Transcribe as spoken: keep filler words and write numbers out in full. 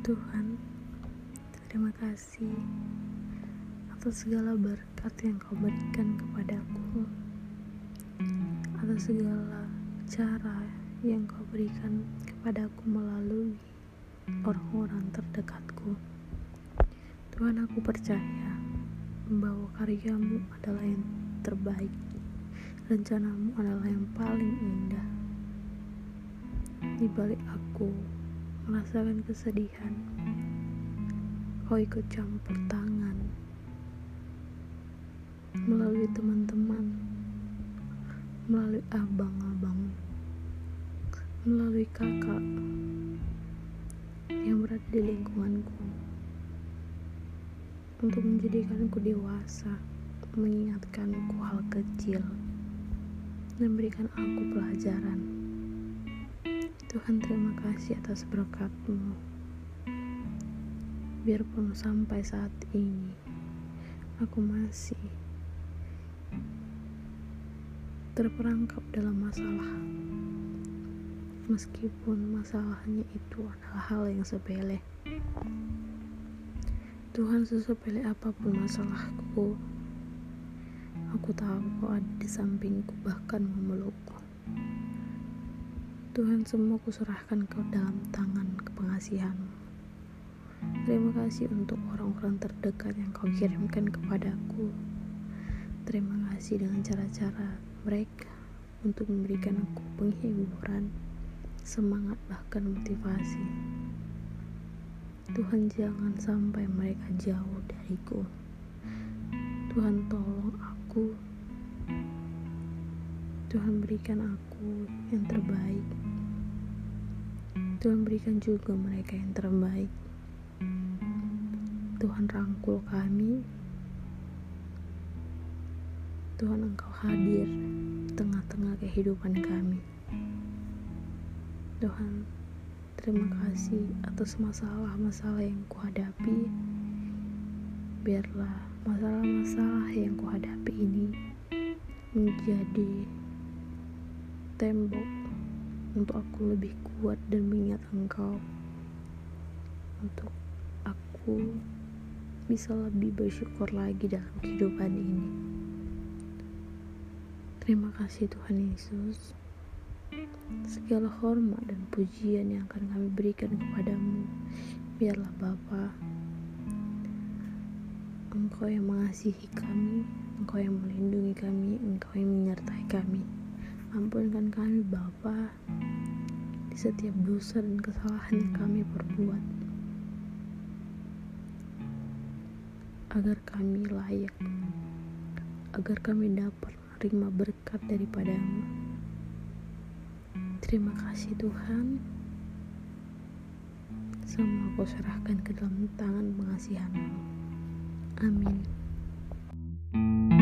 Tuhan, terima kasih atas segala berkat yang Kau berikan kepadaku, atas segala cara yang Kau berikan kepadaku melalui orang-orang terdekatku. Tuhan, aku percaya bahwa karyamu adalah yang terbaik, rencanamu adalah yang paling indah. Di balik aku merasakan kesedihan, Kau ikut campur tangan melalui teman-teman, melalui abang-abang, melalui kakak yang berada di lingkunganku, untuk menjadikanku dewasa, mengingatkanku hal kecil, dan memberikan aku pelajaran. Tuhan, terima kasih atas berkat-Mu. Biarpun sampai saat ini aku masih terperangkap dalam masalah, meskipun masalahnya itu adalah hal yang sepele. Tuhan, sesepele apapun masalahku, aku tahu Kau ada di sampingku, bahkan memelukku. Tuhan, semua kuserahkan Kau dalam tangan kepengasihan-Mu. Terima kasih untuk orang-orang terdekat yang Kau kirimkan kepadaku. Terima kasih dengan cara-cara mereka untuk memberikan aku penghiburan, semangat, bahkan motivasi. Tuhan, jangan sampai mereka jauh dariku. Tuhan, tolong aku. Tuhan, berikan aku yang terbaik. Tuhan, berikan juga mereka yang terbaik. Tuhan, rangkul kami. Tuhan, Engkau hadir di tengah-tengah kehidupan kami. Tuhan, terima kasih atas masalah-masalah yang kuhadapi. Biarlah masalah-masalah yang kuhadapi ini menjadi tembok untuk aku lebih kuat dan mengingat Engkau, untuk aku bisa lebih bersyukur lagi dalam kehidupan ini. Terima kasih Tuhan Yesus. Segala hormat dan pujian yang akan kami berikan kepadamu, biarlah Bapa, Engkau yang mengasihi kami, Engkau yang melindungi kami, Engkau yang menyertai kami. Ampunkan kami Bapa di setiap dosa dan kesalahan yang kami perbuat, agar kami layak, agar kami dapat menerima berkat daripada-Mu. Terima kasih Tuhan. Semua Kau serahkan ke dalam tangan pengasihan-Mu. Amin.